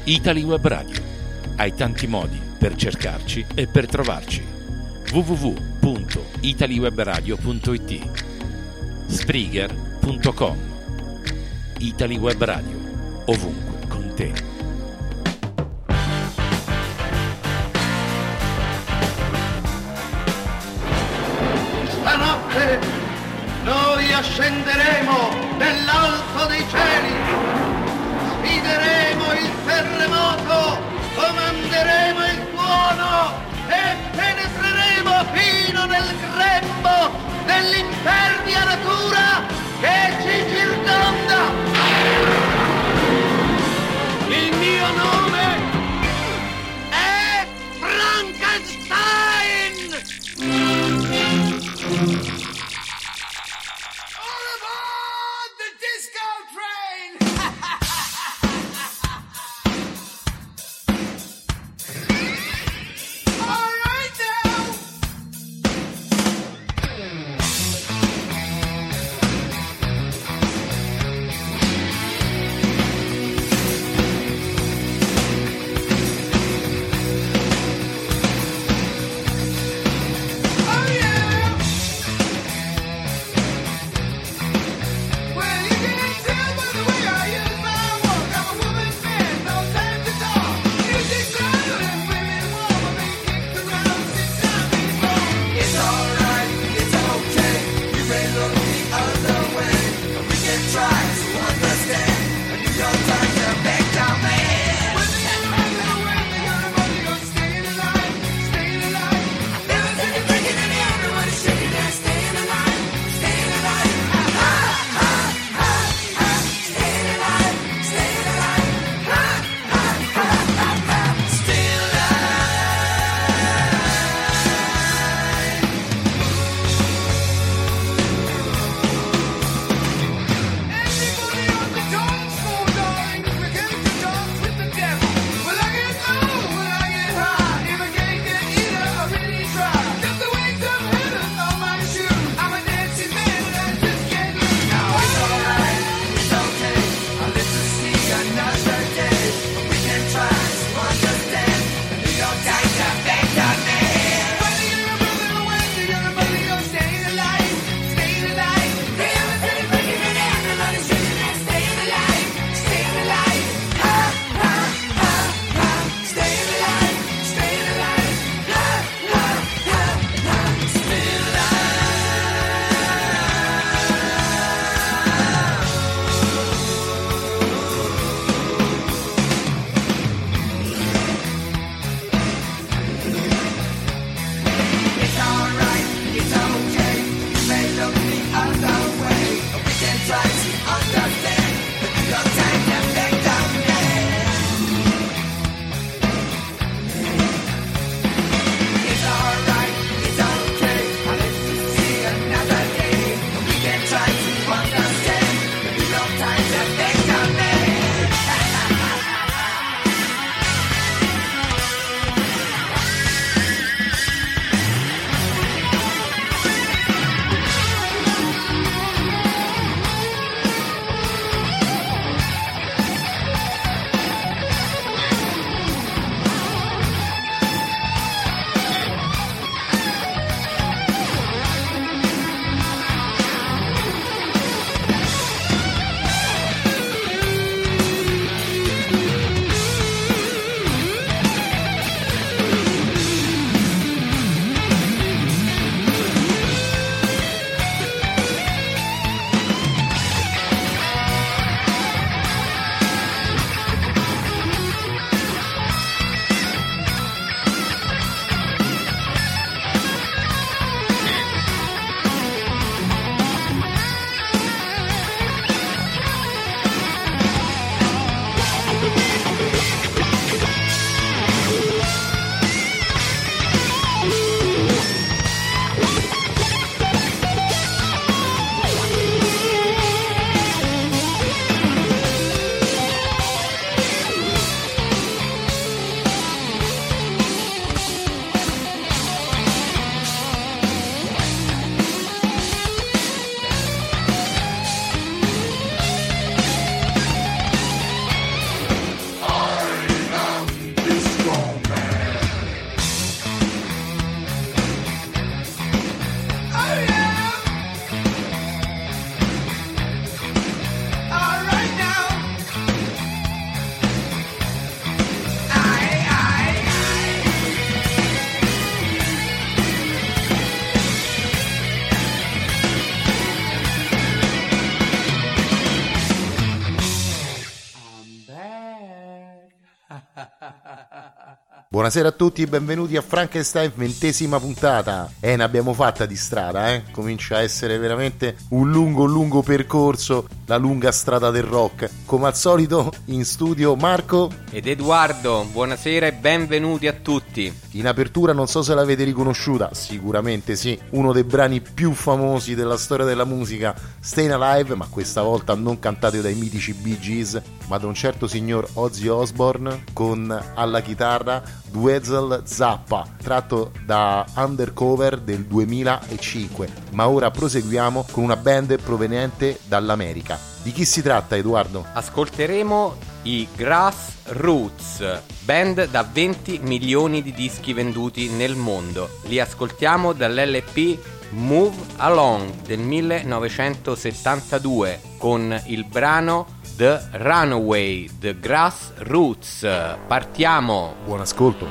Italy Web Radio. Hai tanti modi per cercarci e per trovarci. www.italywebradio.it, Spreaker.com. Italy Web Radio, ovunque con te. Stanotte noi ascenderemo nell'alto dei cieli, sfideremo il terremoto, comanderemo il tuono e penetreremo fino nel grembo dell'impervia natura che ci circonda. Il mio nome è Frankenstein! All aboard the disco train! All right now! Oh yeah! Well, you can't tell by the way I use my walk. I'm a woman's man, no time to talk. Music's loud and women warm. I've been kicked around since I've been born. It's alright, it's okay. You may look the other way, but we can try to understand. A New York Times a back down man. Whether you're right or whether you're about to go staying alive, staying alive. Never seen you breaking in the air, everybody shaking and staying alive, staying alive. Ha ha ha ha, staying alive, staying alive. Ha ha ha ha, staying Everybody on the dance floor, darling, we came to dance with the devil. Well, I get low, well, I get high. If I can't get either, I really try. Just the wings of heaven on my shoe. I'm a dancing man and I just can't lose. Now it's alright. It's okay, I'll live to see another day. But we can try to understand. The New York Times a back down man. Whether you're a brother or whether you're a mother, you're staying alive, staying alive. They ever said it breaking in the air, everybody shaking and staying alive, staying alive. Ha ha ha ha, staying alive, staying alive. Ha ha ha ha, staying alive. Buonasera a tutti, benvenuti a Frankenstein, 20ª puntata. Ne abbiamo fatta di strada, comincia a essere veramente un lungo percorso, la lunga strada del rock. Come al solito in studio Marco ed Edoardo, buonasera e benvenuti a tutti. In apertura, non so se l'avete riconosciuta, sicuramente sì, uno dei brani più famosi della storia della musica, Stayin' Alive, ma questa volta non cantato dai mitici Bee Gees, ma da un certo signor Ozzy Osbourne con alla chitarra Dweezil Zappa, tratto da Undercover del 2005. Ma ora proseguiamo con una band proveniente dall'America. Di chi si tratta, Edoardo? Ascolteremo i Grassroots, band da 20 milioni di dischi venduti nel mondo. Li ascoltiamo dall'LP Move Along del 1972 con il brano The Runaway, The Grassroots. Partiamo! Buon ascolto!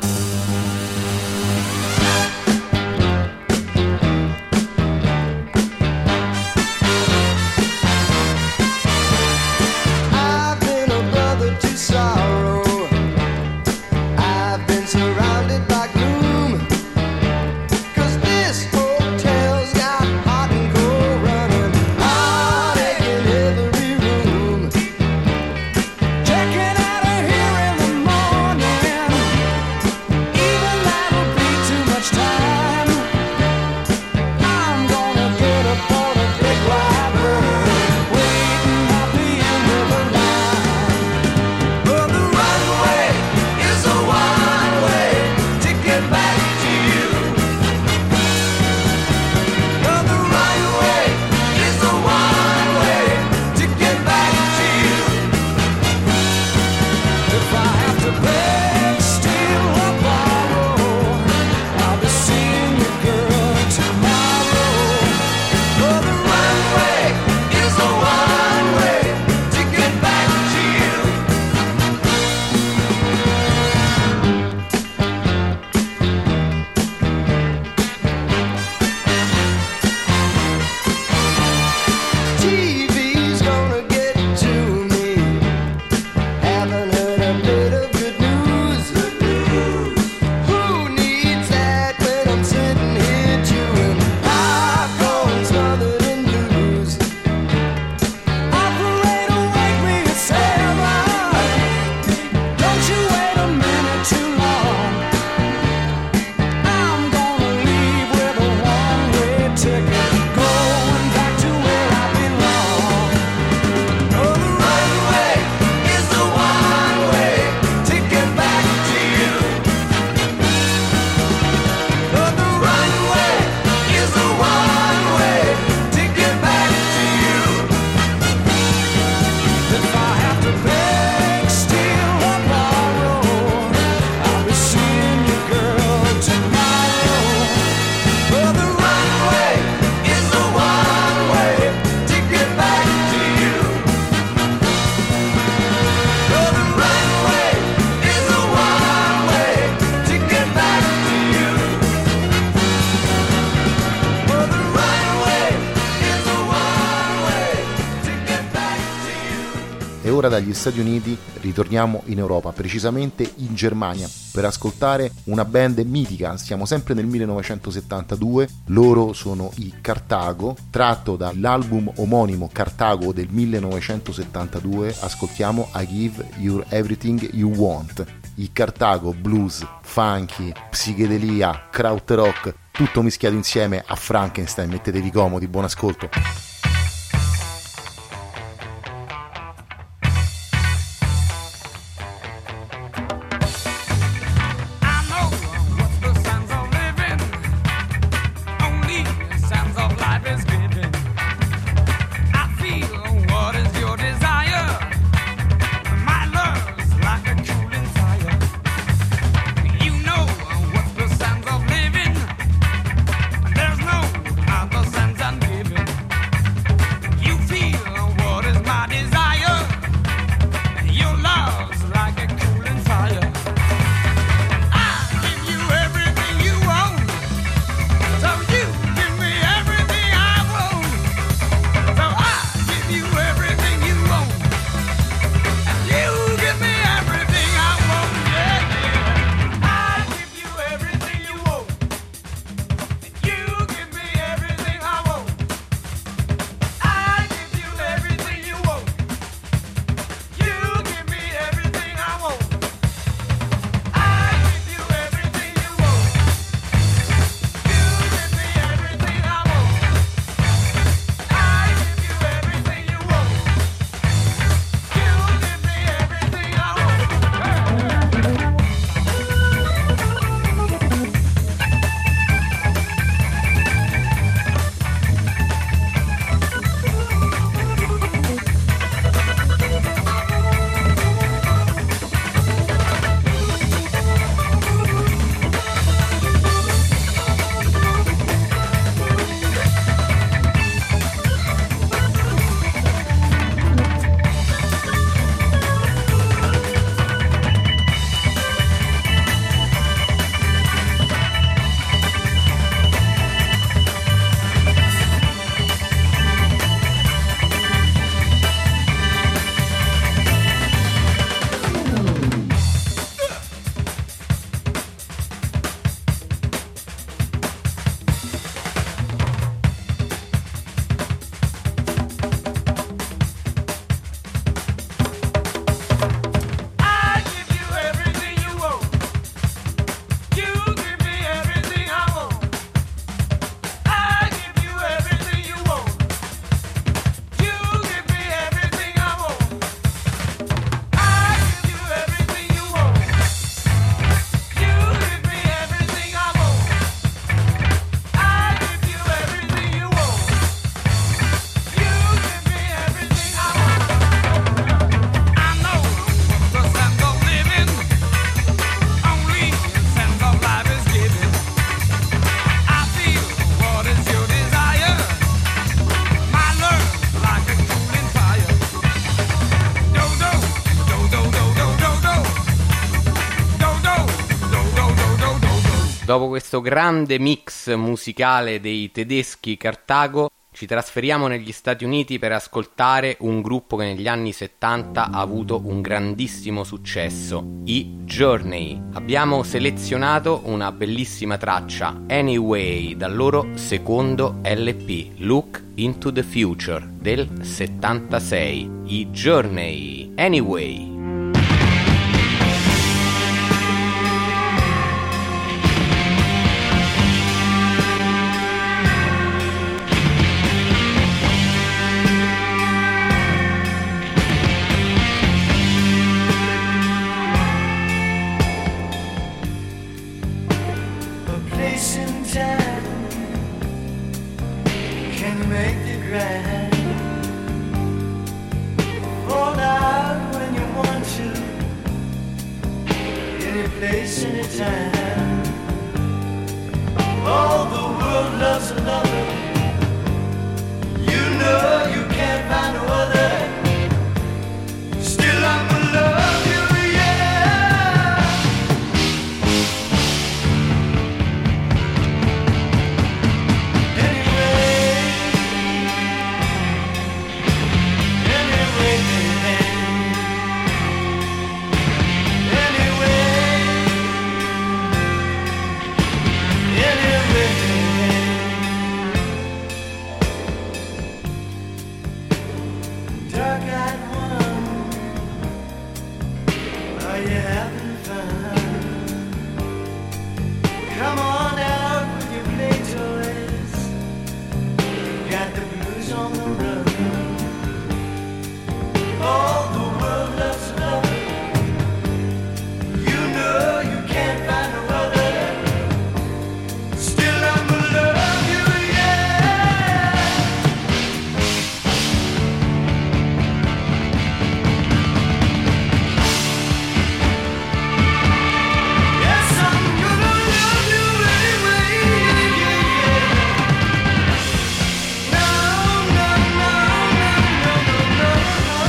Ora dagli Stati Uniti ritorniamo in Europa, precisamente in Germania, per ascoltare una band mitica. Siamo sempre nel 1972, loro sono i Cartago, tratto dall'album omonimo Cartago del 1972, ascoltiamo I Give You Everything You Want. I Cartago, blues, funky, psichedelia, krautrock, tutto mischiato insieme a Frankenstein. Mettetevi comodi, buon ascolto. There's no other sense I'm giving. Dopo questo grande mix musicale dei tedeschi Carthago, ci trasferiamo negli Stati Uniti per ascoltare un gruppo che negli anni 70 ha avuto un grandissimo successo, i Journey. Abbiamo selezionato una bellissima traccia, Anyway, dal loro secondo LP, Look into the Future, del 76. I Journey, Anyway. Place in time can make the grind. Fall out when you want to. Any place, any time. All the world loves a lover. You know you can't find no other. Still I'm in love you, yeah. Dark-eyed one, are you having fun? Come on out with your play toys. Got the blues on the run. All the world loves love. You know you can't find no other. Still I'm in love you, yeah. Yes, I'm gonna love you anyway, yeah. No, no, no, no, no, no,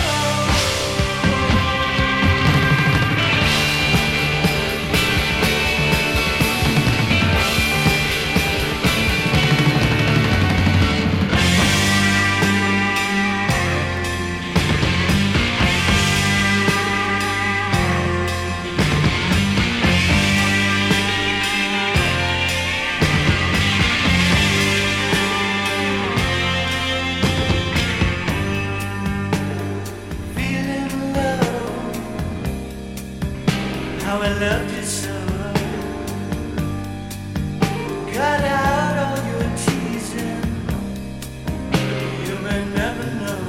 feeling love, how I loved you so. Cut out all your teasing, you may never know.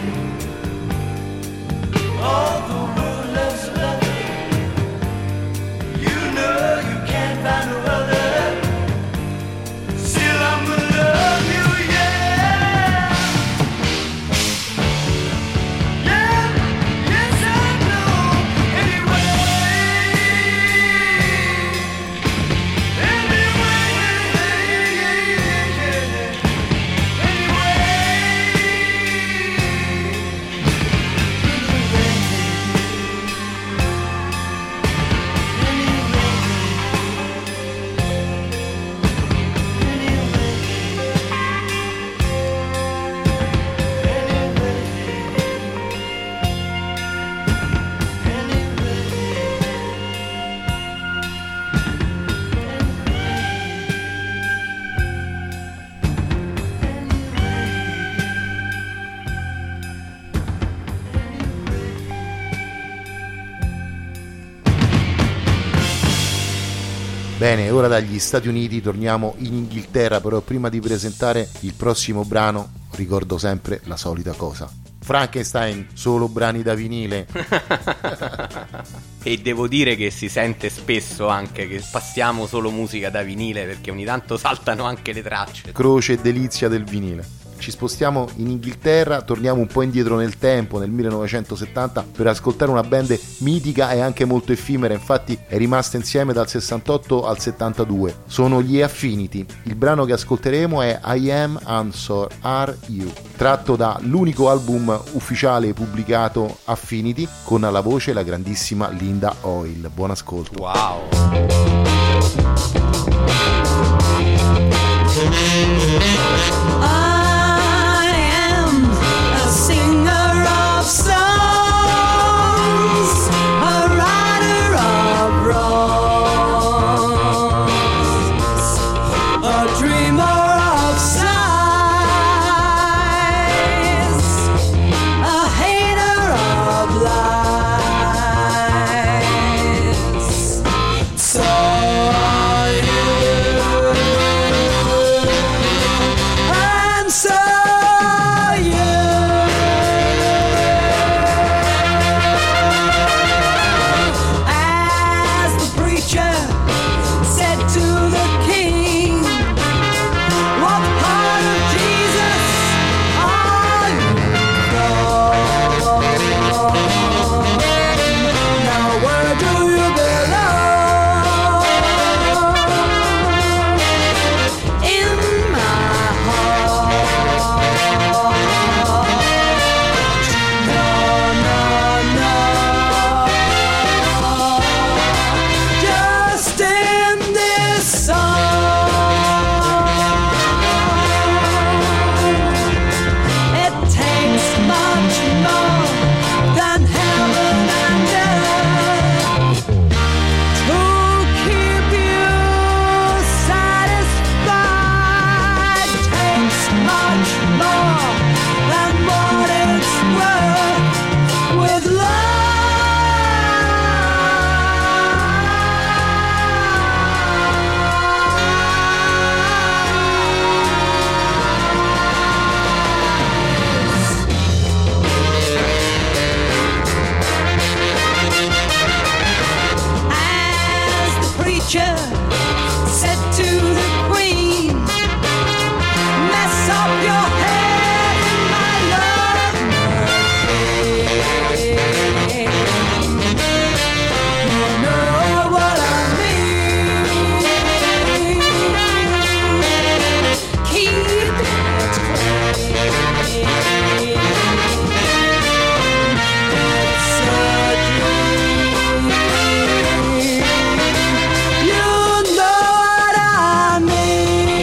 All the world loves love. You know you can't find no other. Still I'm gonna love you, yeah. Yeah, yes I know. Anyway, Bene, ora dagli Stati Uniti torniamo in Inghilterra, però prima di presentare il prossimo brano ricordo sempre la solita cosa. Frankenstein, solo brani da vinile. E devo dire che si sente spesso anche che passiamo solo musica da vinile, perché ogni tanto saltano anche le tracce. Croce e delizia del vinile. Ci spostiamo in Inghilterra, torniamo un po' indietro nel tempo, nel 1970, per ascoltare una band mitica e anche molto effimera, infatti è rimasta insieme dal 68 al 72. Sono gli Affinity. Il brano che ascolteremo è I Am and So Are You, tratto dall'unico album ufficiale pubblicato Affinity, con alla voce la grandissima Linda Hoyle. Buon ascolto. Wow. I am a singer of songs, a writer of wrongs, a dreamer of sighs, a hater of lies. So are you, and so are you. As the preacher said to the king, what part of Jesus are you from? Now where do you belong? In my heart. No, no, no. Just in this song. It takes much more than heaven and earth to keep you satisfied. Takes much more than what it's worth with as the preacher said to the queen, mess up your head in my love machine. You know what I mean. Keep it clean. It's a dream. You know what I mean.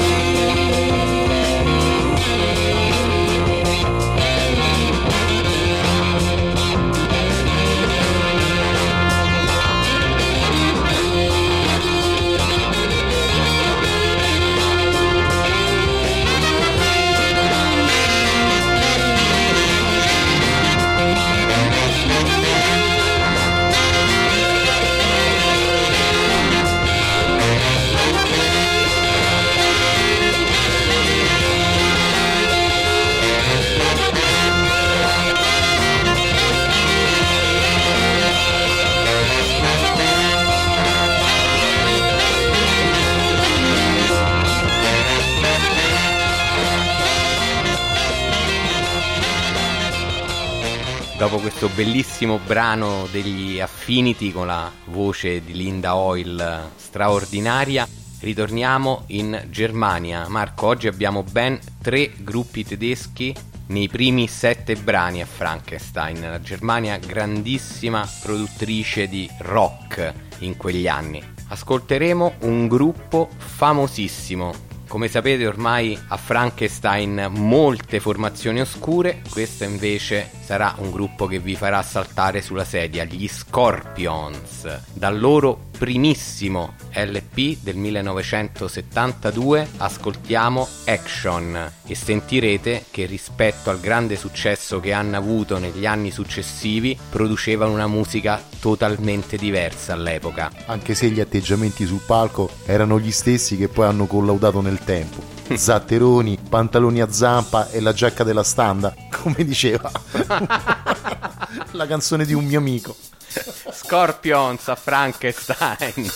Dopo questo bellissimo brano degli Affinity con la voce di Linda Hoyle straordinaria, ritorniamo in Germania. Marco, oggi abbiamo ben 3 gruppi tedeschi nei primi 7 brani a Frankenstein. La Germania, grandissima produttrice di rock in quegli anni. Ascolteremo un gruppo famosissimo. Come sapete ormai a Frankenstein molte formazioni oscure, questo invece sarà un gruppo che vi farà saltare sulla sedia, gli Scorpions. Dal loro primissimo LP del 1972 ascoltiamo Action e sentirete che rispetto al grande successo che hanno avuto negli anni successivi producevano una musica totalmente diversa all'epoca. Anche se gli atteggiamenti sul palco erano gli stessi che poi hanno collaudato nel tempo. Zatteroni, pantaloni a zampa e la giacca della standa, come diceva la canzone di un mio amico. Scorpions a Frankenstein.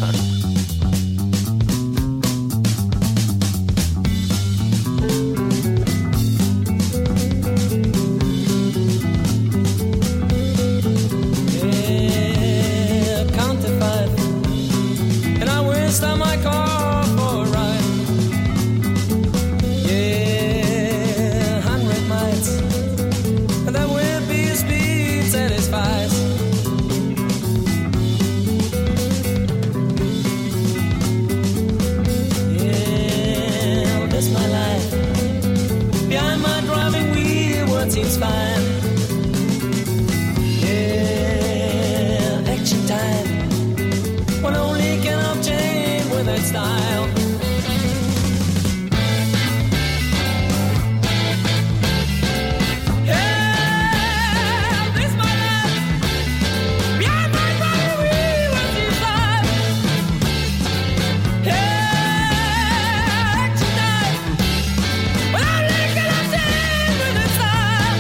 Count to 5, and I will start my car for a ride. Yeah, 100 miles, and that will be a speed satisfies. style. Yeah, this my life. Behind my body, we will survive. Yeah, tonight, without linking our teeth with the style.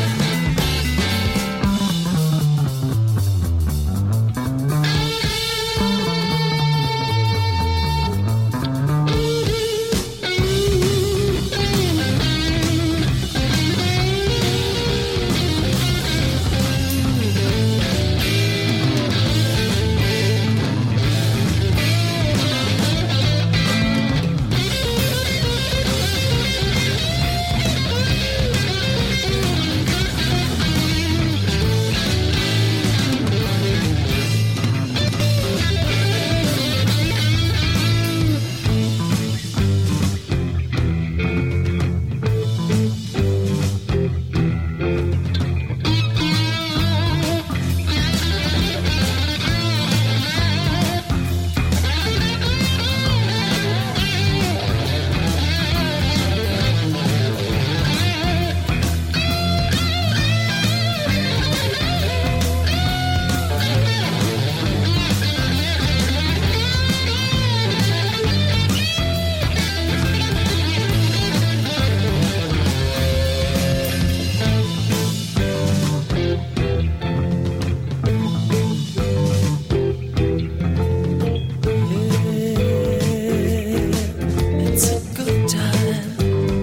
It's a good time.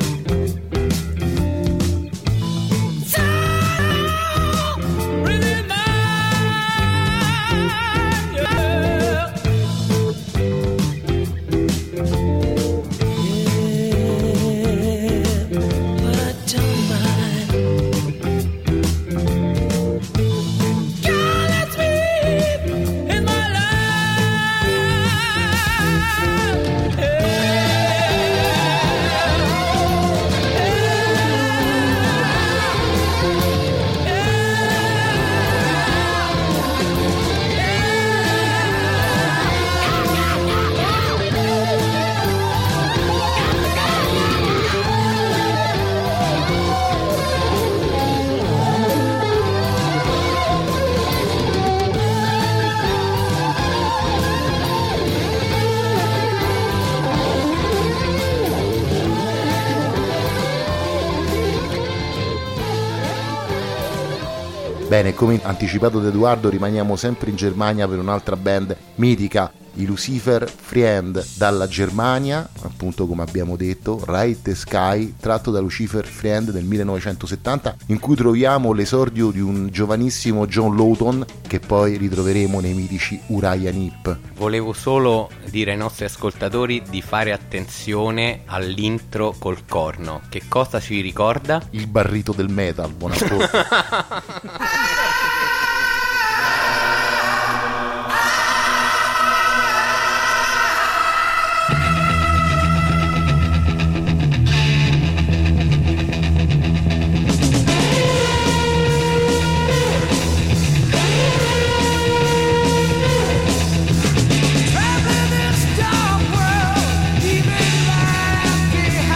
Time really mine, yeah. Yeah, but I don't mind. God, that's me in my life. Bene, come anticipato da Edoardo, rimaniamo sempre in Germania per un'altra band mitica, i Lucifer Friend, dalla Germania, appunto come abbiamo detto, Ride the Sky, tratto da Lucifer Friend del 1970, in cui troviamo l'esordio di un giovanissimo John Lawton che poi ritroveremo nei mitici Uriah Heep. Volevo solo dire ai nostri ascoltatori di fare attenzione all'intro col corno. Che cosa ci ricorda? Il barrito del metal, buon ascolto. Traveling this dark world, leaving life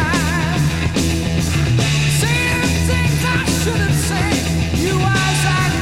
behind. Saying things I shouldn't say. You eyes I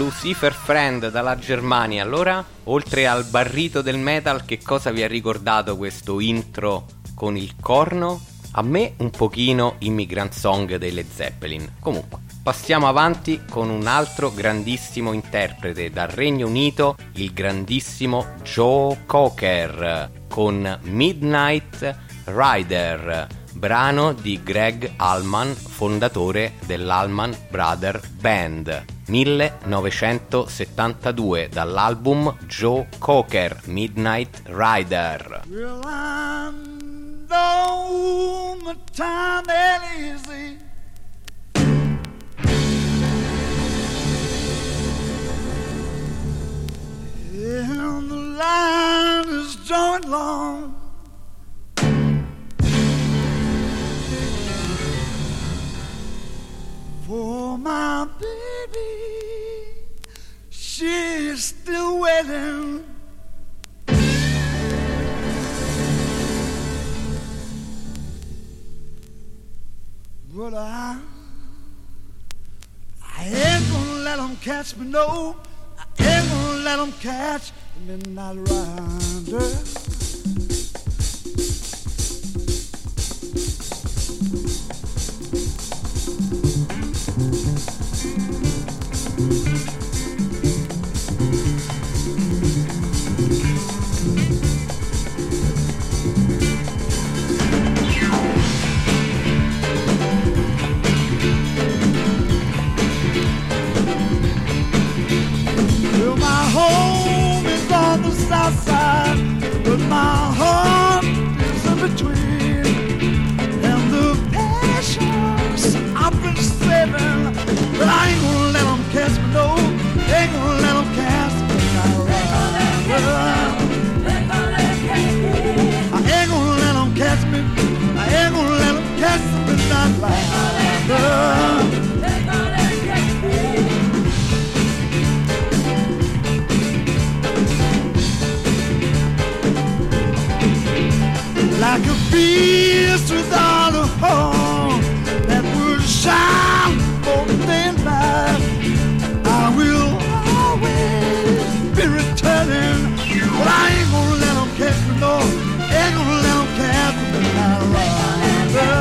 Lucifer Friend dalla Germania. Allora, oltre al barrito del metal, che cosa vi ha ricordato questo intro con il corno? A me un pochino Immigrant Song dei Led Zeppelin. Comunque, passiamo avanti con un altro grandissimo interprete dal Regno Unito, il grandissimo Joe Cocker, con Midnight Rider, brano di Greg Allman, fondatore dell'Allman Brothers Band, 1972, dall'album Joe Cocker, Midnight Rider. Well, I know my time ain't easy. And the line is drawing long. For my baby, she's still waiting. But I ain't gonna let 'em catch me, no. I ain't gonna let 'em catch the midnight rider. Well, my home is on the south side, but my heart is in between. And the passions I've been saving, but I ain't gonna let 'em catch me, no. Ain't gonna let 'em catch me. I ain't gonna let 'em catch me. I ain't gonna let 'em catch me. Midnight rider. Like a beast without a horn that would shine both day and night, I will always be returning. But I ain't gonna let 'em catch me, no. Ain't gonna let 'em catch me. Midnight rider.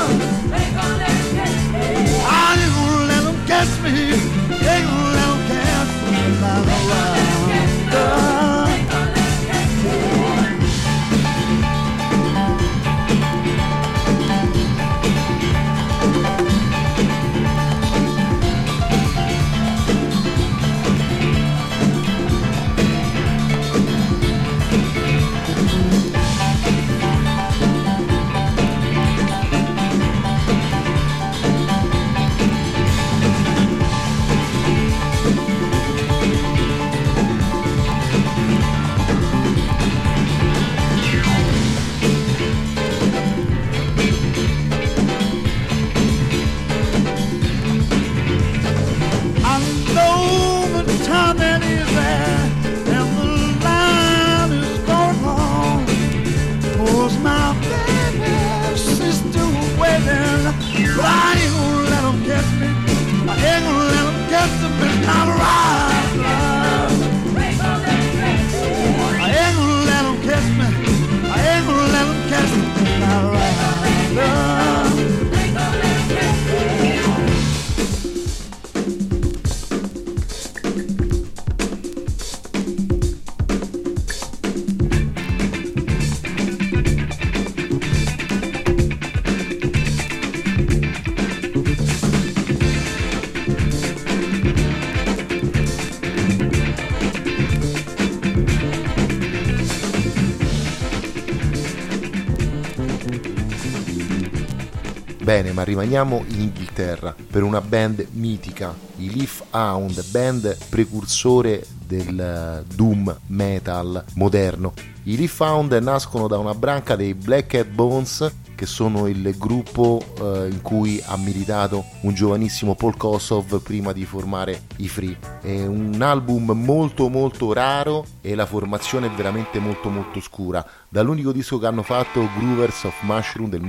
I ain't gonna let 'em catch me. Ain't gonna let 'em catch me. Midnight rider. Bene, ma rimaniamo in Inghilterra per una band mitica, i Leaf Hound, band precursore del doom metal moderno. I Leaf Hound nascono da una branca dei Black Hat Bones, che sono il gruppo in cui ha militato un giovanissimo Paul Kossoff prima di formare i Free. È un album molto molto raro e la formazione è veramente molto molto scura. Dall'unico disco che hanno fatto, Groovers of Mushroom del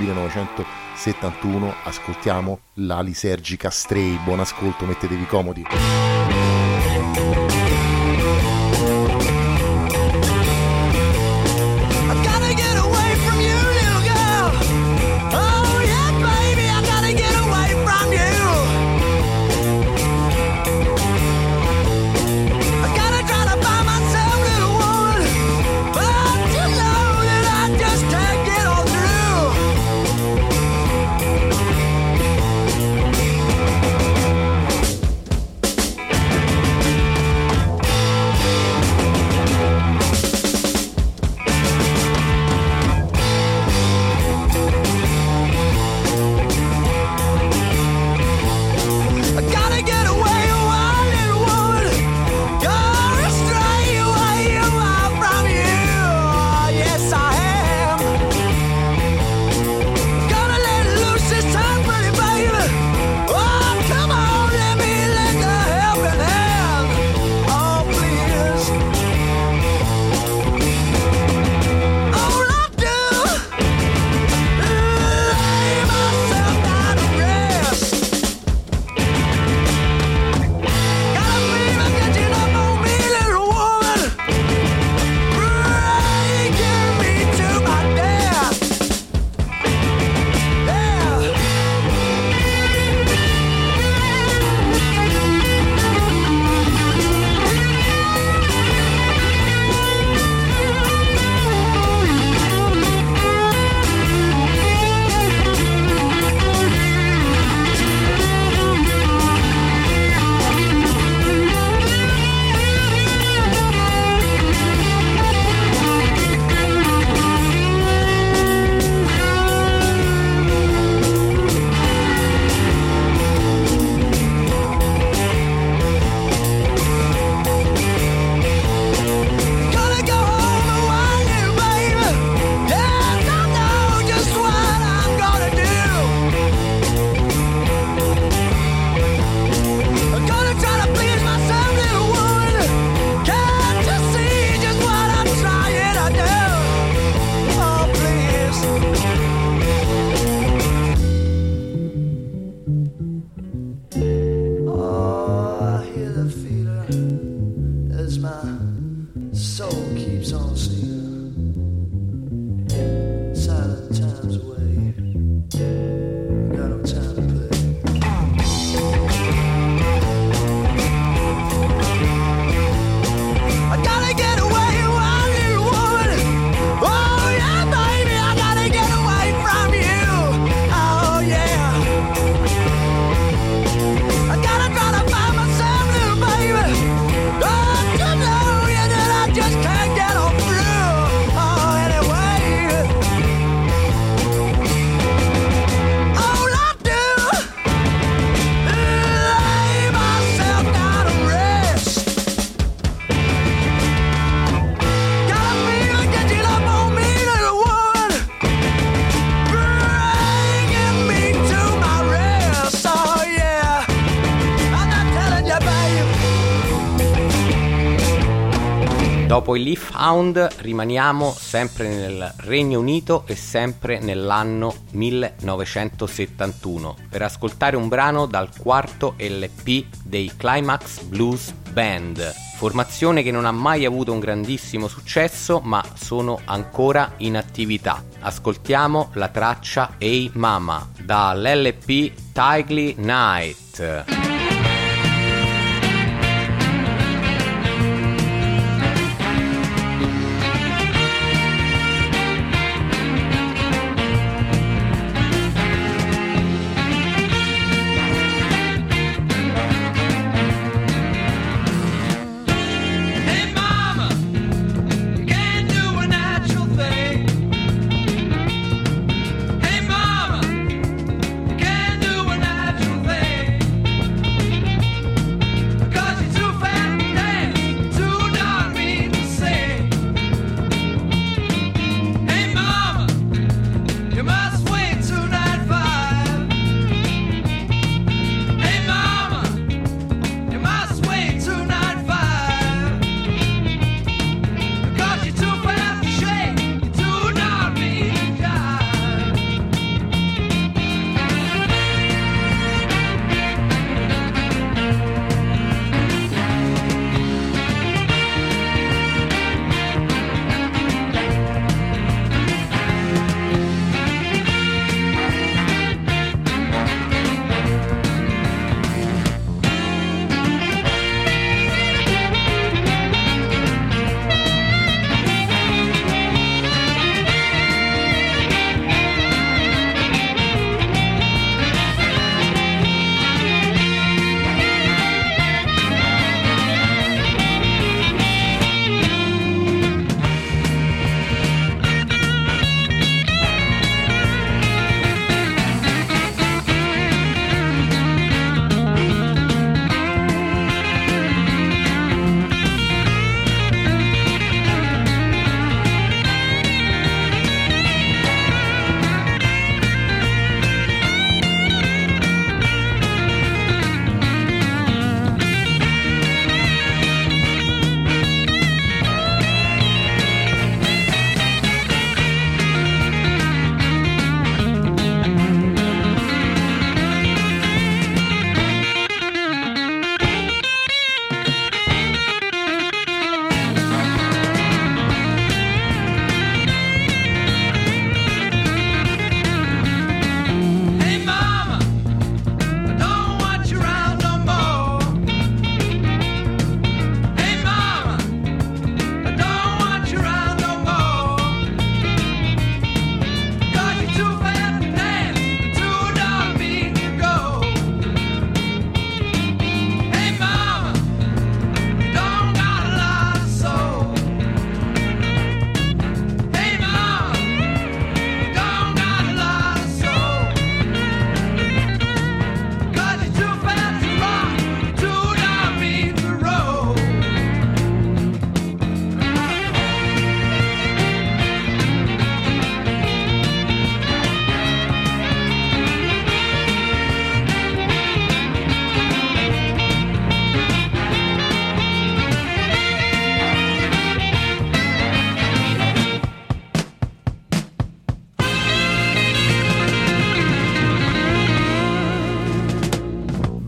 1971, ascoltiamo la lisergica Stray. Buon ascolto, mettetevi comodi. I gotta get away from you, little girl. Oh yeah, baby, I gotta get away from you. I gotta try to find myself, little woman, but you know that I just can't get on through. I gotta get away, oh, little woman. Gotta stray away from you. Yes, I am. Gonna let loose this time, pretty baby. Oh, come on, let me lend a helping hand. Oh, please. All I do is lay myself down to rest. Got a fever catching up on me, little woman, breaking me to my death. Gonna go home and wind you, baby. Yes, I know just what I'm gonna do. I'm gonna try to please myself, little woman. Can't you see just what I'm trying to do? Oh, please. Oh, I hear the feeling as my soul keeps on singing. Silent times away, got no time to play. I gotta get away, oh, little woman. Oh yeah, baby, I gotta get away from you. Oh yeah. I gotta try to find myself, little baby. Don't you know, yeah, that I just can't get on through. Oh, anyway. All I do is lay myself down to rest. Got a feeling catching up on me, little woman, bringing me to my rest. Oh yeah. I'm not telling you, babe. Dopo il Leaf Hound rimaniamo sempre nel Regno Unito e sempre nell'anno 1971 per ascoltare un brano dal quarto LP dei Climax Blues Band, formazione che non ha mai avuto un grandissimo successo ma sono ancora in attività. Ascoltiamo la traccia Hey Mama dall'LP Tightly Night. Hey mama, you can't do a natural thing. Hey mama, you can't do a natural thing.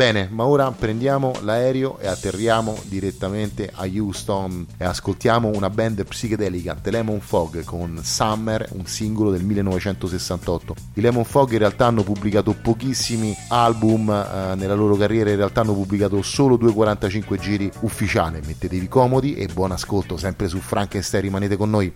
Bene, ma ora prendiamo l'aereo e atterriamo direttamente a Houston e ascoltiamo una band psichedelica, The Lemon Fog, con Summer, un singolo del 1968. I Lemon Fog in realtà hanno pubblicato pochissimi album nella loro carriera, in realtà hanno pubblicato solo 2,45 giri ufficiali. Mettetevi comodi e buon ascolto, sempre su Frankenstein, rimanete con noi.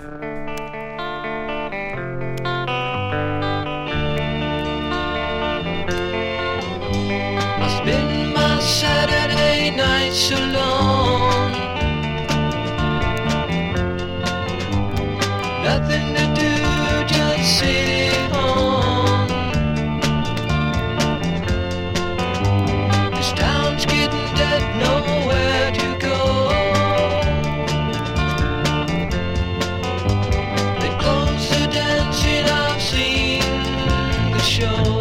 Spend my Saturday nights alone. Nothing to do, just sit at home. This town's getting dead, nowhere to go. They close the dancing, I've seen the show.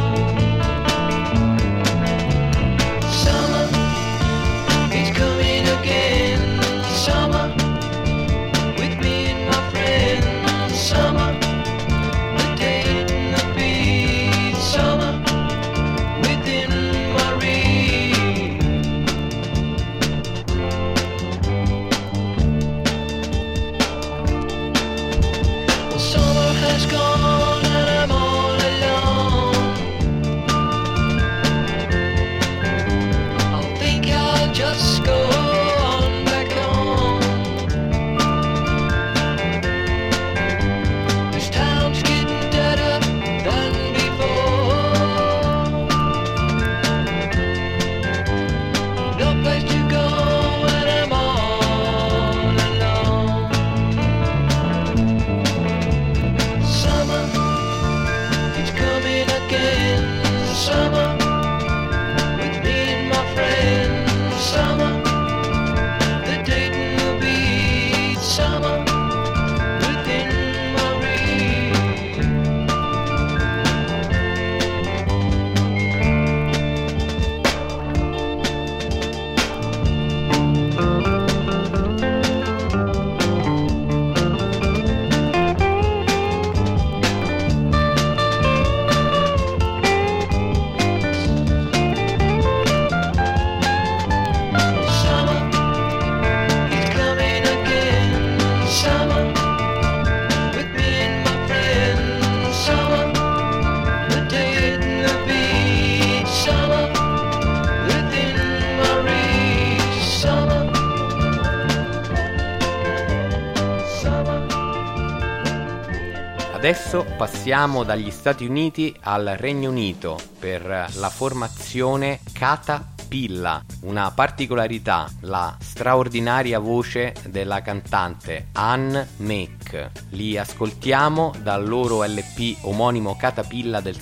Adesso passiamo dagli Stati Uniti al Regno Unito per la formazione Catapilla. Una particolarità, la straordinaria voce della cantante Anne Meek. Li ascoltiamo dal loro LP omonimo Catapilla del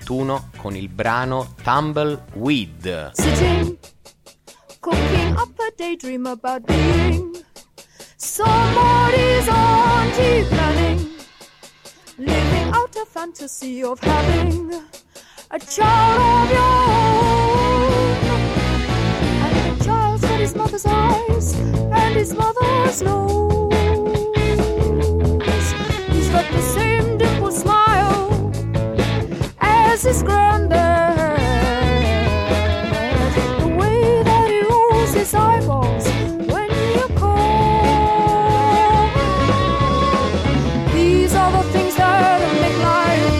71 con il brano Tumbleweed. Sitting, cooking up a daydream about being somebody's auntie planning, living out a fantasy of having a child of your own. And the child's got his mother's eyes and his mother's nose. He's got the same dimple smile as his granddad. The way that he rolls his eyeballs when you call. These are the things that make life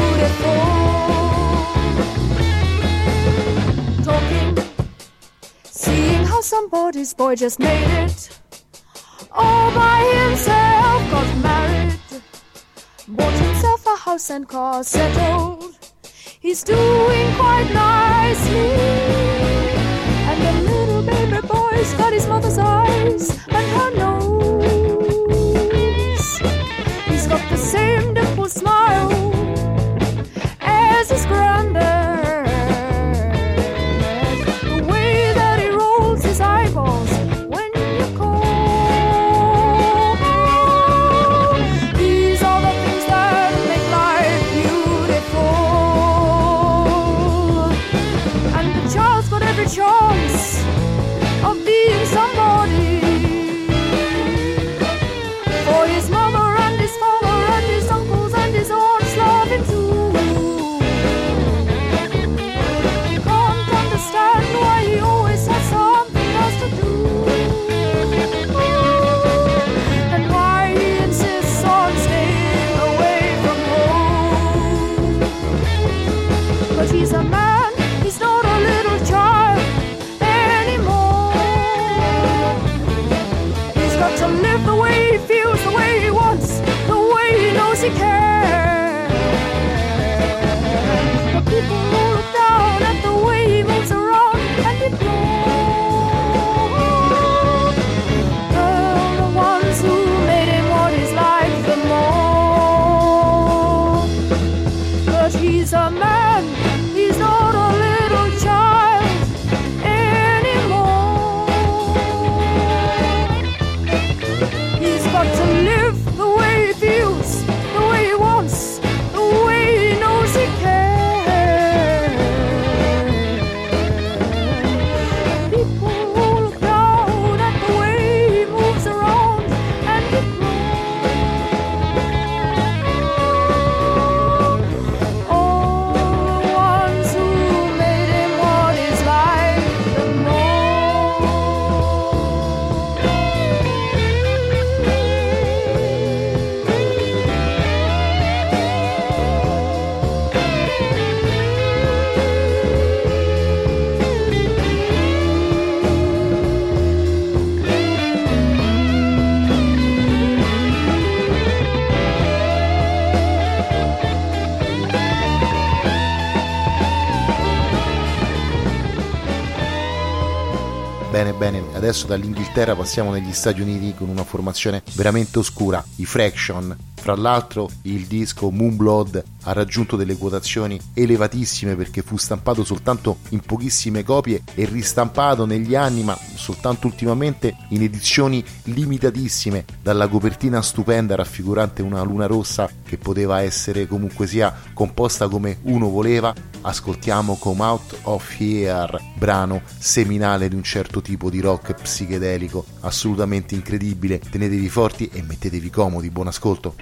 beautiful. Talking, seeing how somebody's boy just made it all by himself, got married, bought himself a house and car, settled. He's doing quite nicely. And the little baby boy's got his mother's eyes and her nose. He's got the same dimple smile as his granddad. The way that he rolls his eyeballs when you call. These are the things that make life beautiful. And the child's got every chance of being somebody. For his mother and his father and his uncles and his aunts love him too. You can't understand Bene, adesso dall'Inghilterra passiamo negli Stati Uniti con una formazione veramente oscura, i Fraction. Fra l'altro il disco Moonblood ha raggiunto delle quotazioni elevatissime perché fu stampato soltanto in pochissime copie e ristampato negli anni, ma soltanto ultimamente in edizioni limitatissime, dalla copertina stupenda raffigurante una luna rossa che poteva essere comunque sia composta come uno voleva. Ascoltiamo Come Out of Here, brano seminale di un certo tipo di rock psichedelico assolutamente incredibile. Tenetevi forti e mettetevi comodi, buon ascolto.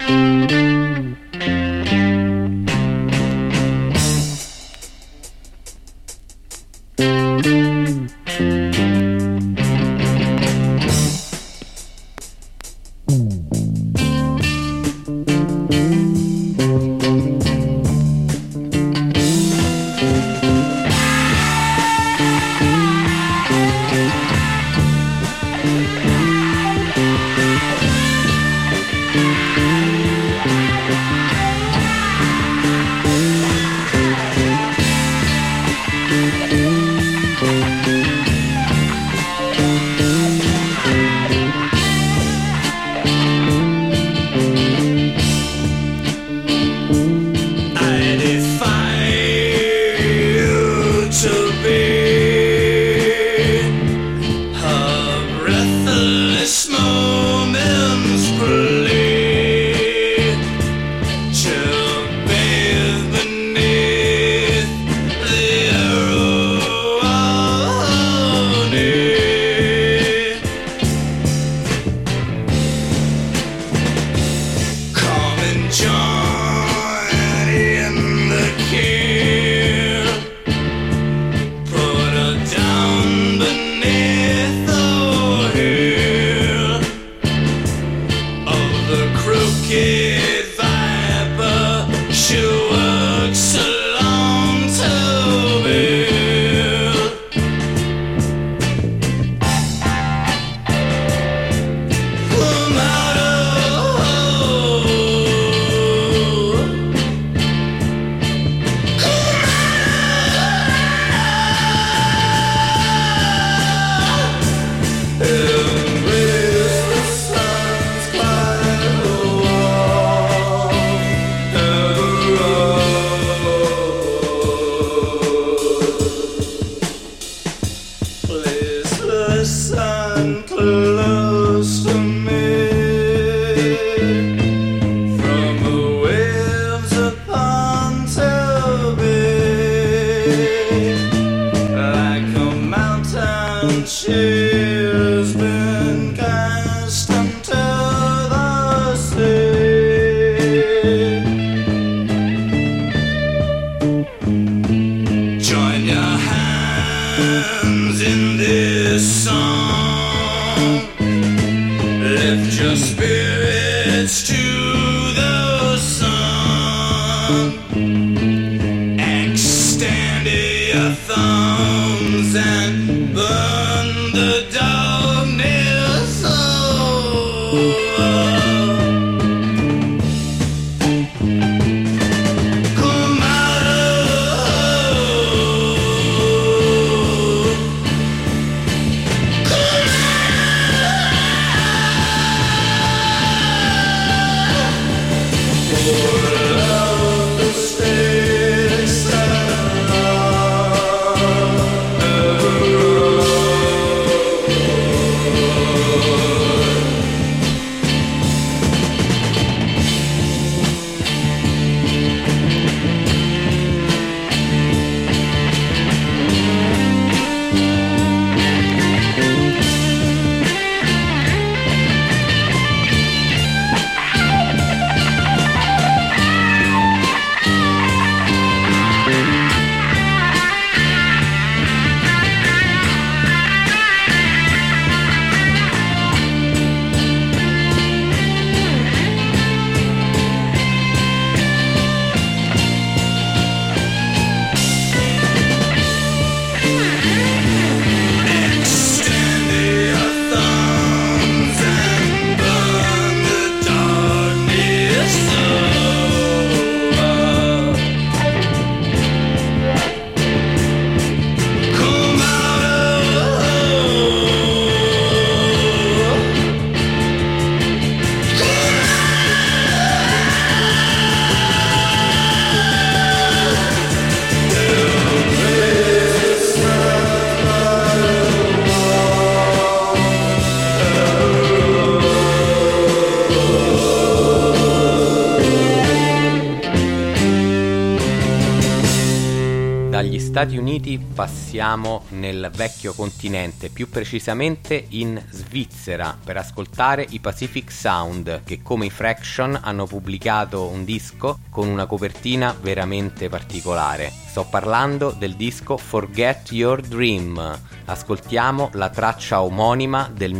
Stati Uniti passiamo nel vecchio continente, più precisamente in Svizzera, per ascoltare i Pacific Sound, che come i Fraction hanno pubblicato un disco con una copertina veramente particolare. Sto parlando del disco Forget Your Dream. Ascoltiamo la traccia omonima del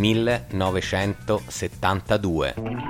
1972.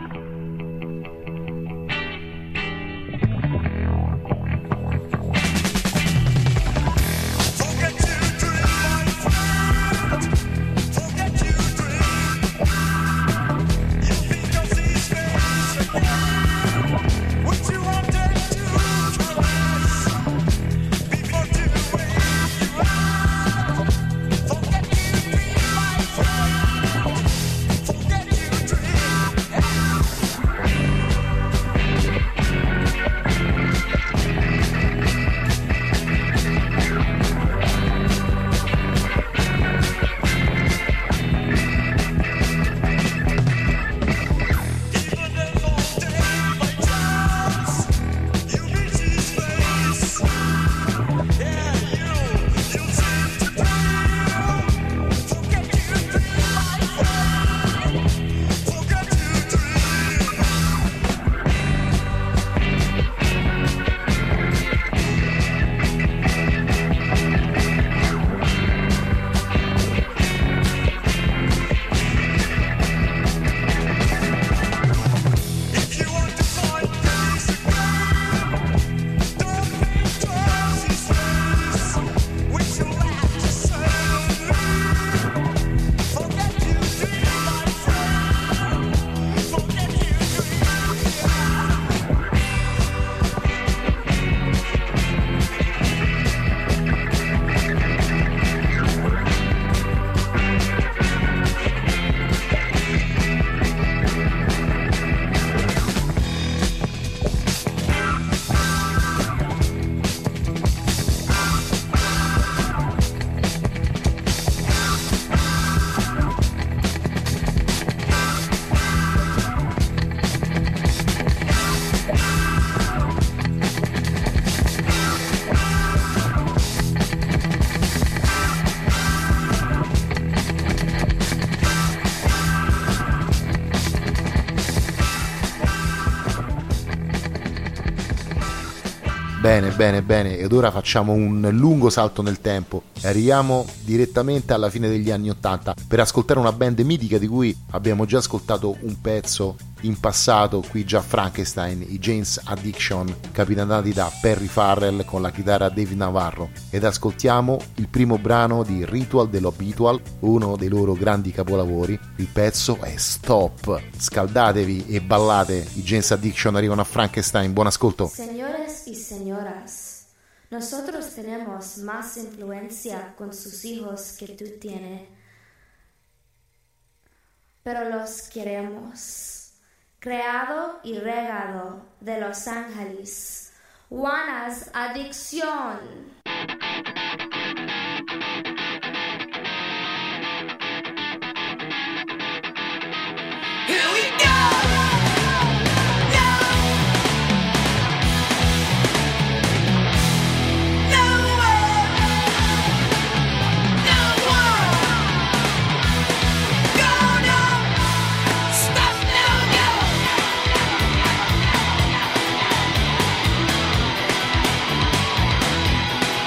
Bene, ed ora facciamo un lungo salto nel tempo e arriviamo direttamente alla fine degli anni '80 per ascoltare una band mitica di cui abbiamo già ascoltato un pezzo in passato, qui già Frankenstein, i Jane's Addiction, capitanati da Perry Farrell con la chitarra Dave Navarro, ed ascoltiamo il primo brano di Ritual dell'Obitual, uno dei loro grandi capolavori. Il pezzo è Stop. Scaldatevi e ballate, i Jane's Addiction arrivano a Frankenstein. Buon ascolto. Señores y señoras, nosotros tenemos más influencia con sus hijos que tú tienes, pero los queremos. Creado y regado de Los Ángeles, Juana's Addiction. Here we go! Stop now, go!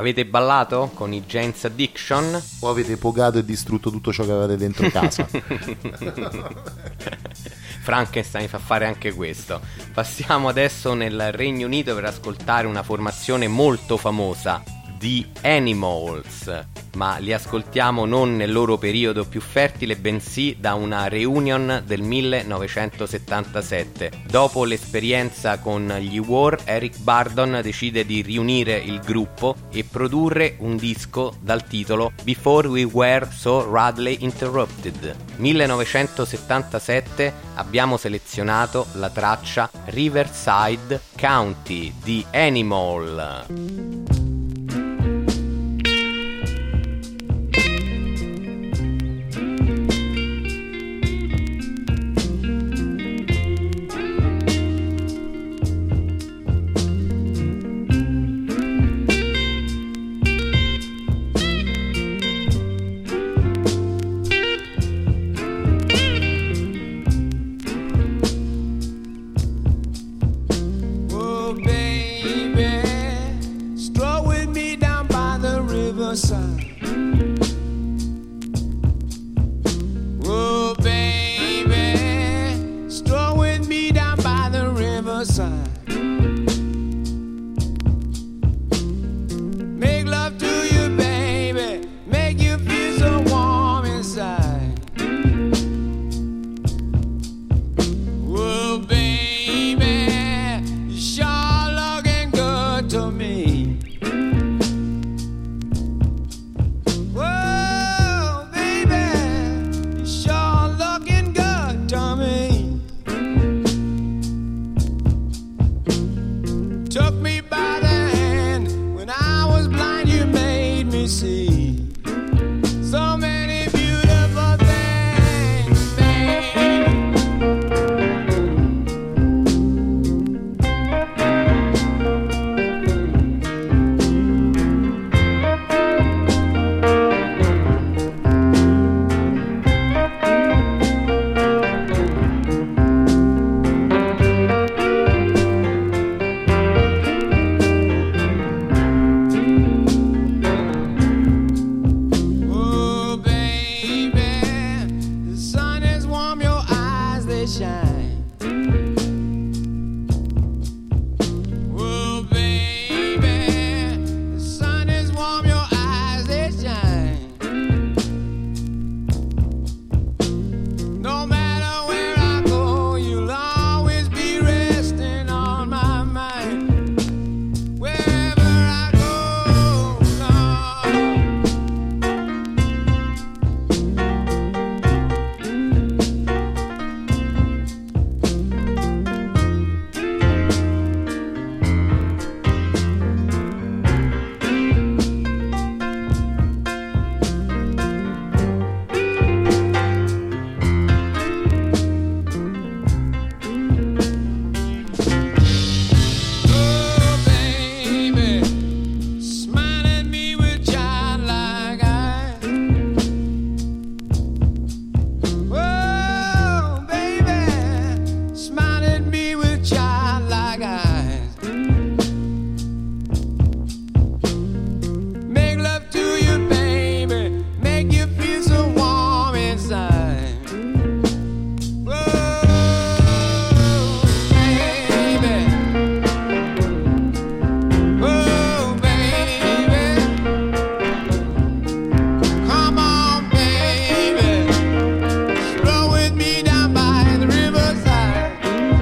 Avete ballato con i Jane's Addiction? O avete pogato e distrutto tutto ciò che avete dentro casa? Frankenstein fa fare anche questo. Passiamo adesso nel Regno Unito per ascoltare una formazione molto famosa, The Animals, ma li ascoltiamo non nel loro periodo più fertile, bensì da una reunion del 1977. Dopo l'esperienza con gli War, Eric Burdon decide di riunire il gruppo e produrre un disco dal titolo Before We Were So Rudely Interrupted. 1977 abbiamo selezionato la traccia Riverside County di Animal. Oh, baby, stroll with me down by the riverside. Oh, baby, stroll with me down by the riverside. Make love to you, baby, make you feel so warm inside. Oh, baby, you sure looking good to me. Whoa, baby, you sure looking good to me. Took me by the hand when I was blind, you made me see so many beautiful things, baby. Oh, baby, the sun is warm, your eyes they shine. Oh, baby, the sun is warm, your eyes they shine. No matter where I go, you'll always be resting on my mind. Wherever I go, Lord. Oh, baby, smile at me with childlike eyes. Oh, baby, smile at me with childlike eyes. Make love to you, baby, make you feel so warm inside. Whoa, baby. Oh, baby, come on, baby, stroll with me down by the riverside.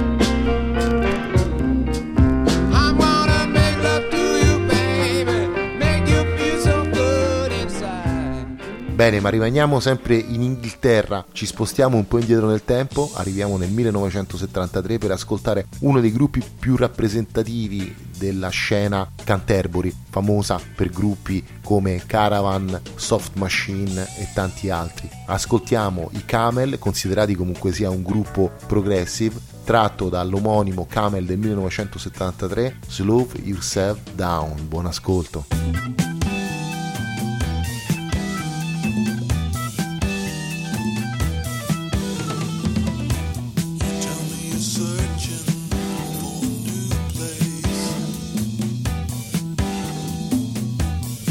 I'm gonna make love to you, baby, make you feel so good inside. Bene, ma rimaniamo sempre in Inghilterra, ci spostiamo un po' indietro nel tempo, arriviamo nel 1973 per ascoltare uno dei gruppi più rappresentativi della scena Canterbury, famosa per gruppi come Caravan, Soft Machine e tanti altri. Ascoltiamo i Camel, considerati comunque sia un gruppo progressive, tratto dall'omonimo Camel del 1973, Slow Yourself Down. Buon ascolto. Searching for a new place.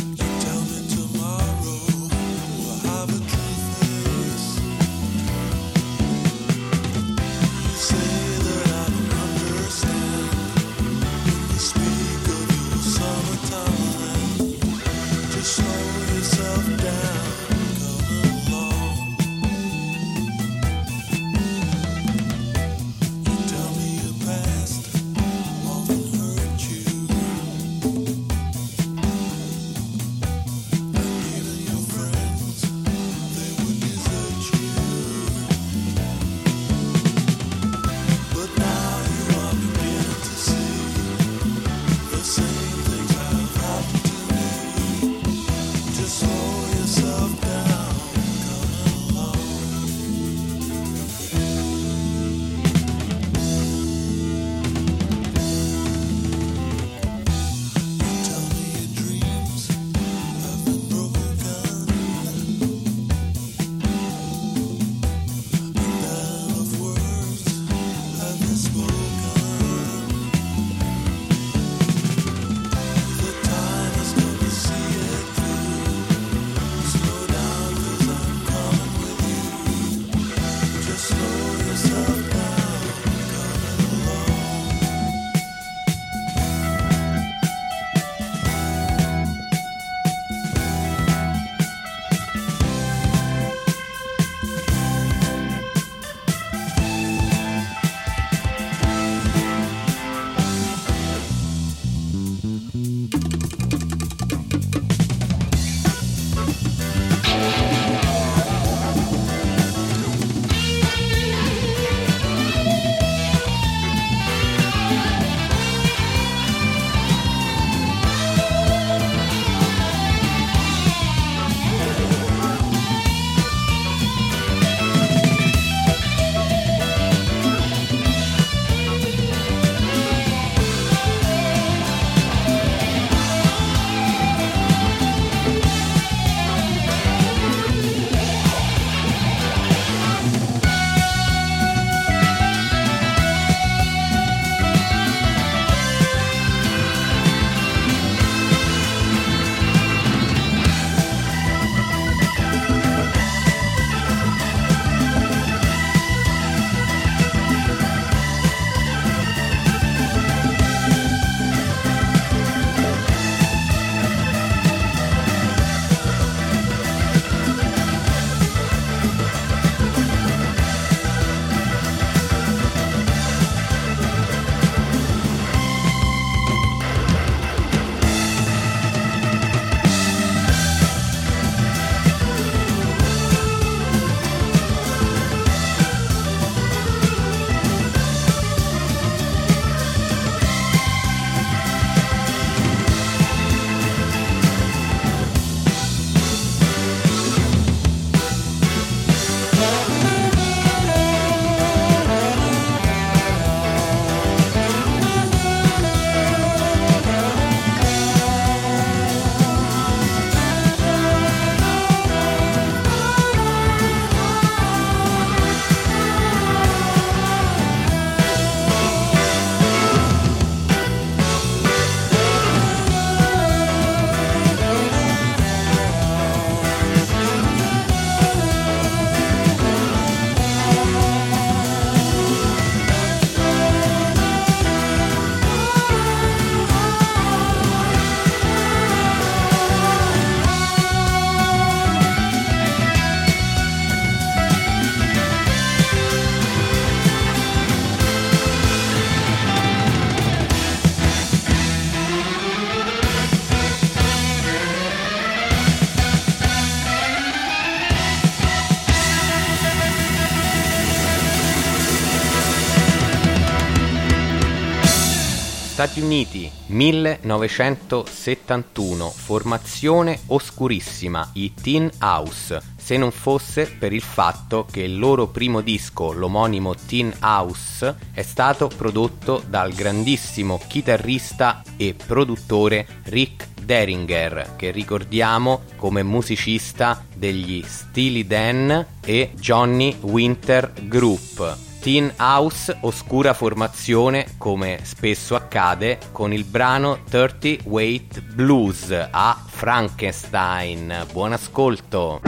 Stati Uniti, 1971, formazione oscurissima, i Tin House. Se non fosse per il fatto che il loro primo disco, l'omonimo Tin House, è stato prodotto dal grandissimo chitarrista e produttore Rick Derringer, che ricordiamo come musicista degli Steely Dan e Johnny Winter Group. Tin House, oscura formazione come spesso accade con il brano 30 Weight Blues a Frankenstein. Buon ascolto.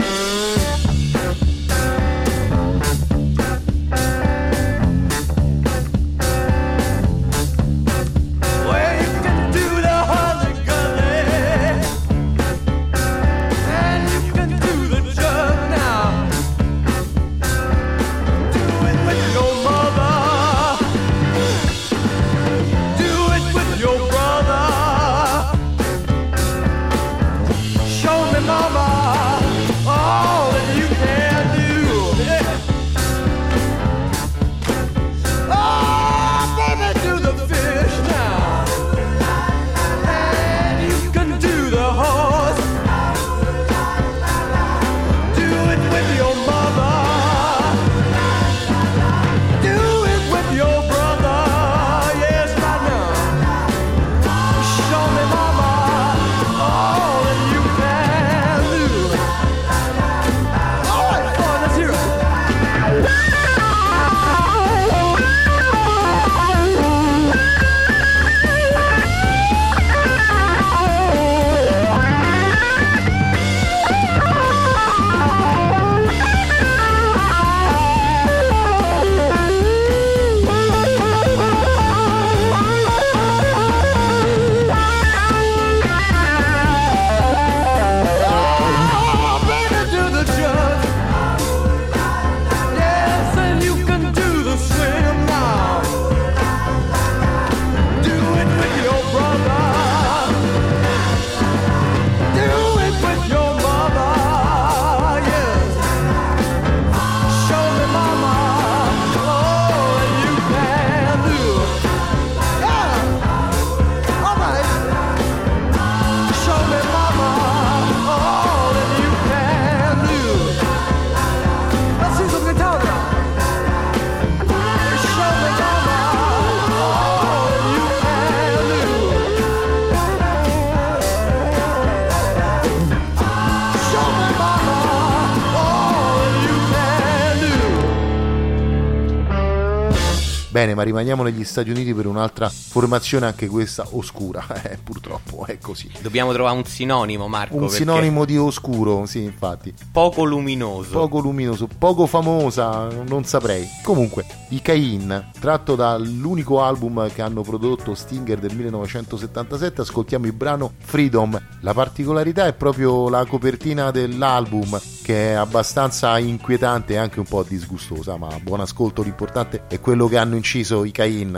Bene, ma rimaniamo negli Stati Uniti per un'altra formazione, anche questa oscura. Purtroppo è così. Dobbiamo trovare un sinonimo, Marco. Un sinonimo di oscuro, sì, infatti. Poco luminoso. Poco luminoso, poco famosa, non saprei. Comunque, i Cain, tratto dall'unico album che hanno prodotto, Stinger, del 1977, ascoltiamo il brano Freedom. La particolarità è proprio la copertina dell'album, che è abbastanza inquietante e anche un po' disgustosa, ma buon ascolto, l'importante è quello che hanno inciso i Cain.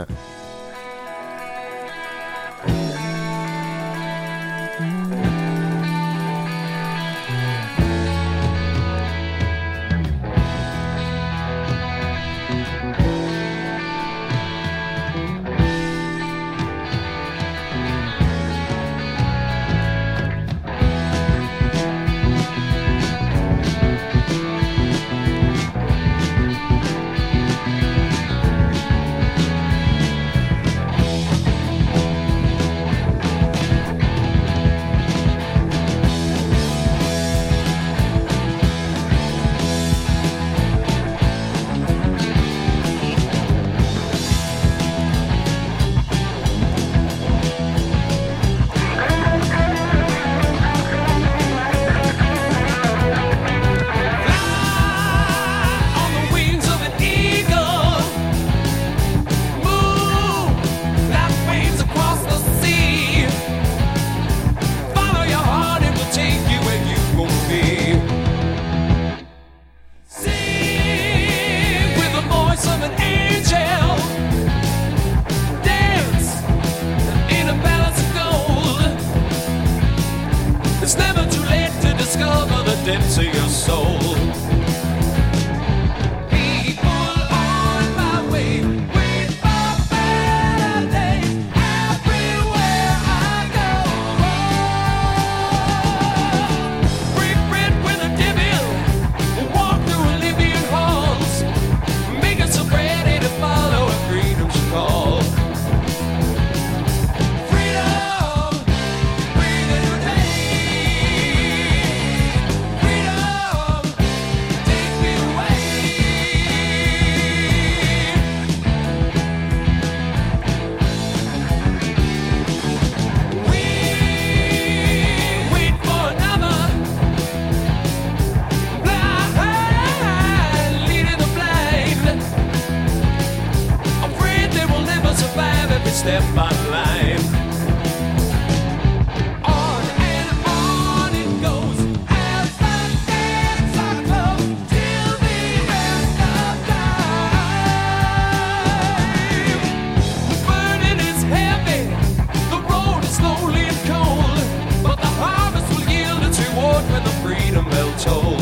step I climb. On and on it goes as the dance I close till the end of time. The burden is heavy, the road is lonely and cold, but the harvest will yield its reward when the freedom bell tolls.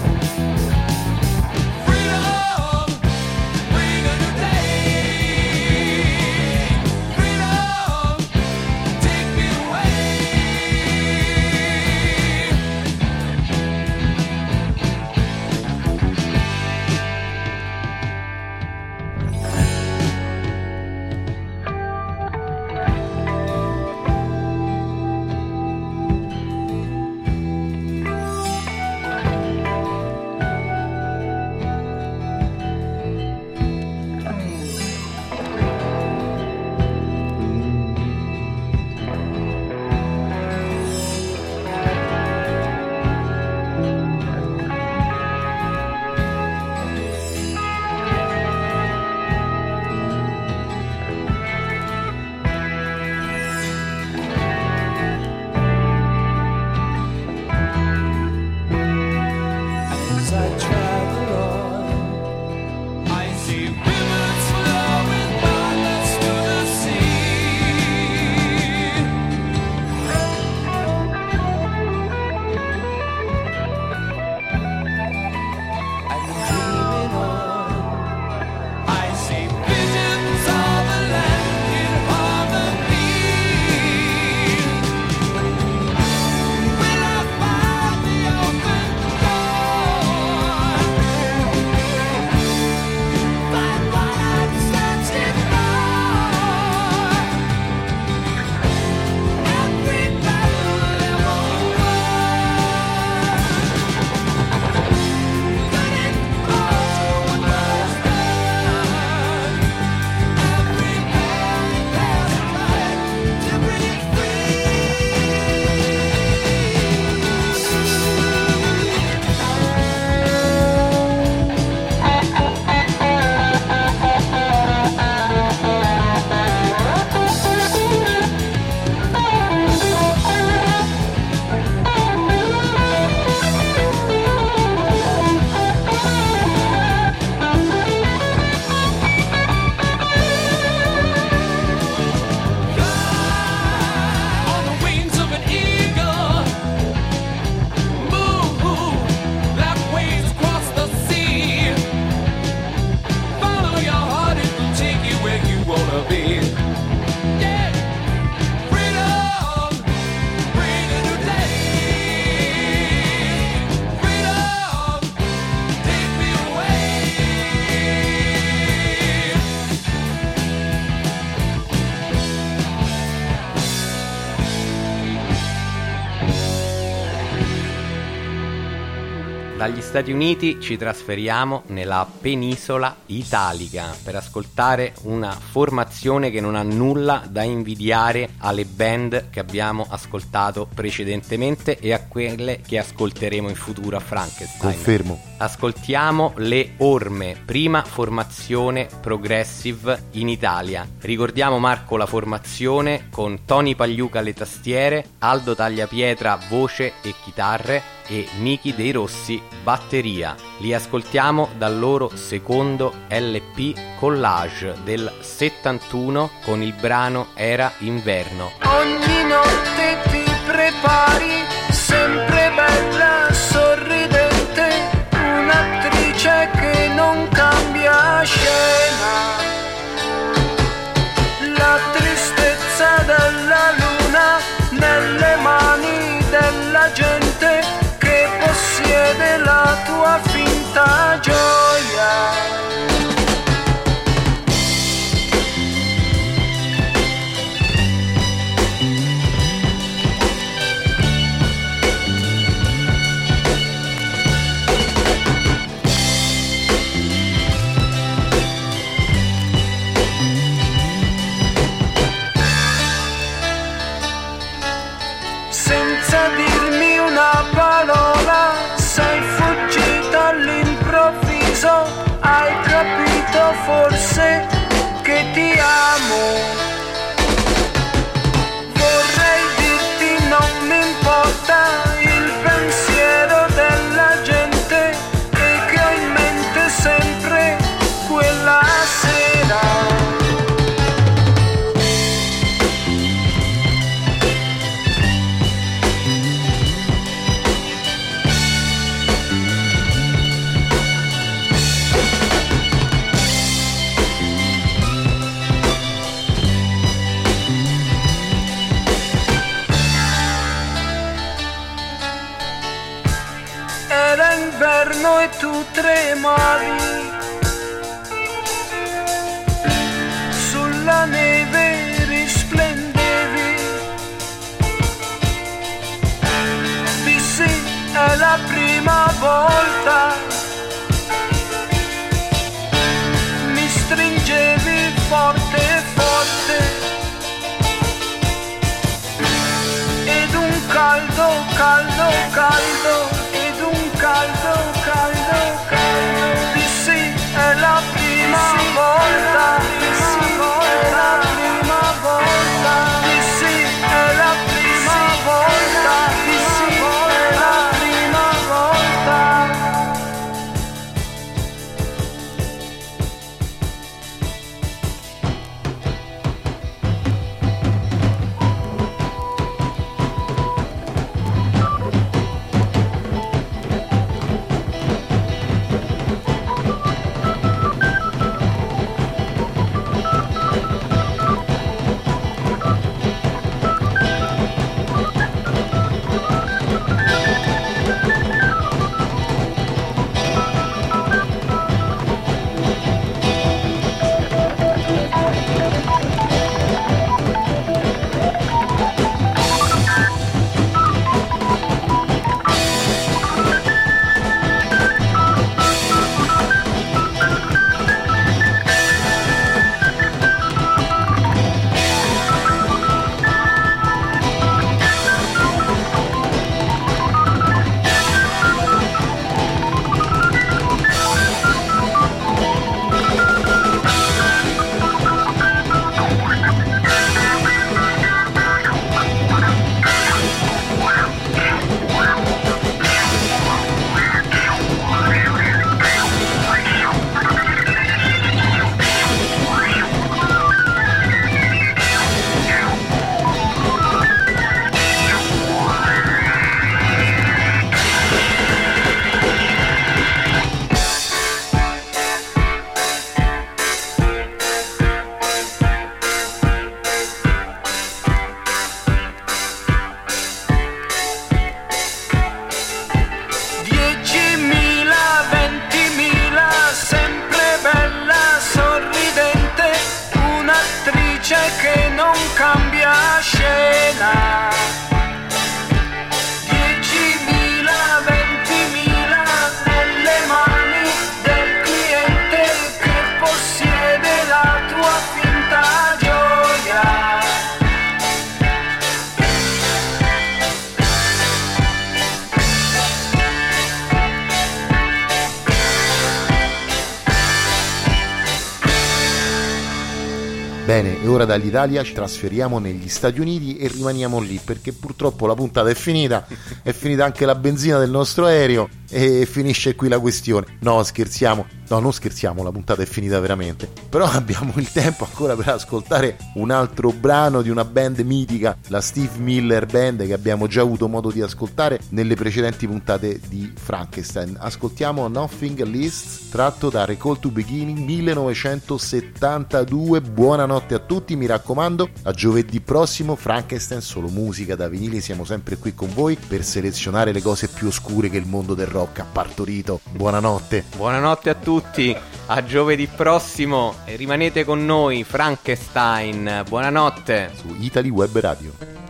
Dagli Stati Uniti ci trasferiamo nella penisola italica per ascoltare una formazione che non ha nulla da invidiare alle band che abbiamo ascoltato precedentemente e a quelle che ascolteremo in futuro a Frankenstein. Confermo. Ascoltiamo le Orme, prima formazione progressive in Italia. Ricordiamo, Marco, la formazione con Tony Pagliuca alle tastiere, Aldo Tagliapietra voce e chitarre e Miki Dei Rossi batteria. Li ascoltiamo dal loro secondo LP Collage del 71 con il brano Era inverno. Ogni notte ti prepari, sempre bella, sorridente, un'attrice che non cambia scena. La tristezza della luna nelle mani della gente che possiede la tua finta gioia. Senza dirmi una parola sei fuggita all'improvviso, hai capito forse che ti amo. e tu tremavi. Sulla neve risplendevi. Dissi è la prima volta. Mi stringevi forte forte. Ed un caldo, caldo, caldo. Ed un caldo, caldo, caldo. Dissi è la prima volta. Dissi è la prima volta. Dissi è la prima volta. Dissi è la prima volta. Che non cambia scena. 10.000, 20.000 nelle mani del cliente che possiede la tua finta gioia. Bene, e ora dall'Italia ci trasferiamo negli Stati Uniti e rimaniamo lì perché purtroppo la puntata è finita anche la benzina del nostro aereo e finisce qui la questione. No, scherziamo, no, non scherziamo, la puntata è finita veramente, però abbiamo il tempo ancora per ascoltare un altro brano di una band mitica, la Steve Miller Band, che abbiamo già avuto modo di ascoltare nelle precedenti puntate di Frankenstein. Ascoltiamo Nothing List, tratto da Recall to Beginning 1972. Buonanotte a tutti, mi raccomando, a giovedì prossimo. Frankenstein, solo musica da vinili, siamo sempre qui con voi per selezionare le cose più oscure che il mondo del rock ha partorito. Buonanotte. Buonanotte a tutti, a giovedì prossimo e rimanete con noi. Frankenstein, buonanotte. Su Italy Web Radio.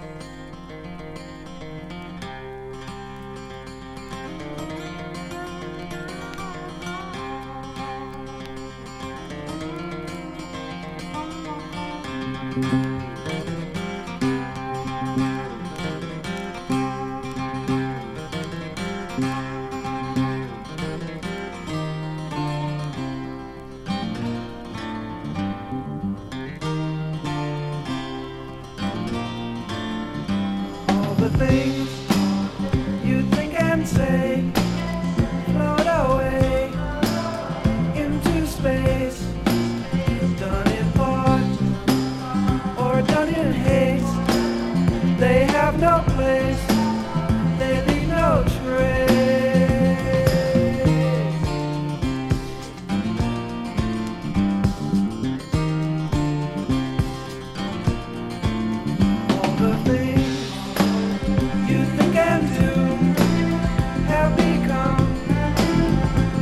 All the things you think and say float away into space, done in part or done in haste. They have no place, they leave no trace. All the things you think and do have become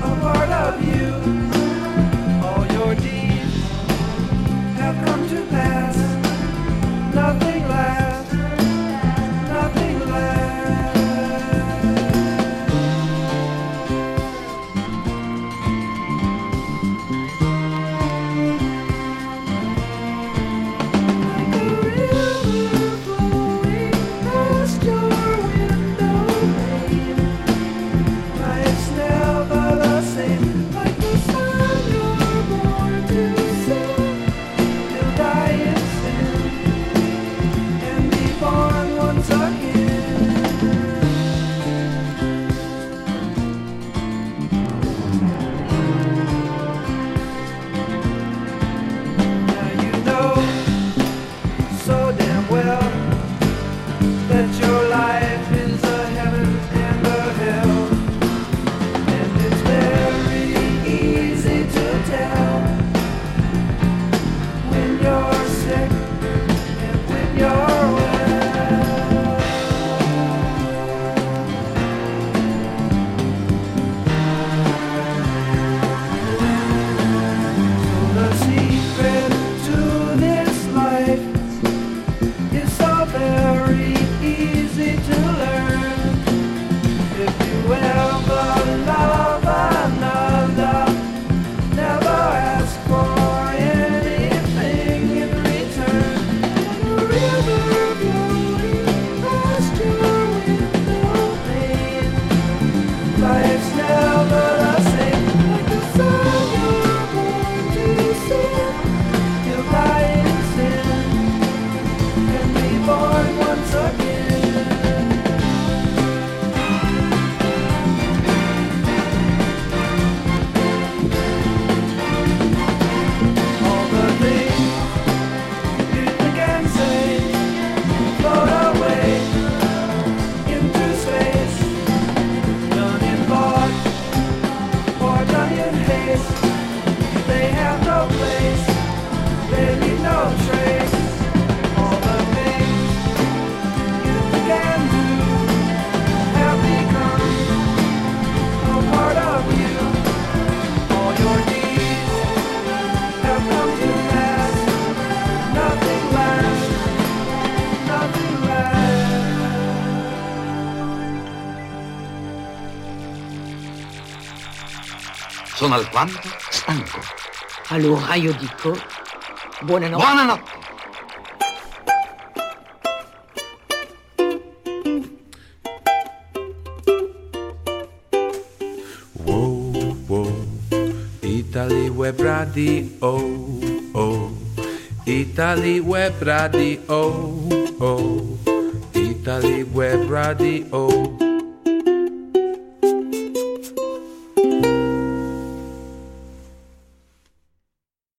come to pass. Nothing lasts, nothing lasts. Like a river flowing past your window pane, life's never the same. Like the sun you're born to see, you'll die in sin and be born once again. Now you know so damn well that your life is a heaven and a hell, and it's very easy to tell when you're sick and when you're well. So the secret to this life is so very easy to learn. If you ever love another, never ask for anything in return. Like a river flowing past your window pane, life's never the same. Like the sun you're born to see, you'll die in sin and be born once again. All the things you think and say float away into space, done in thought or done in haste. They have no place, they leave no trace. All the things you think and do have become a part of you. All your deeds have come to pass. Nothing lasts, nothing lasts. Sono alquanto stanco. Allora io dico buonanotte. Buonanotte. Wow, wow, Italy Web Radio, oh, Italy Web Radio, oh, Italy Web Radio.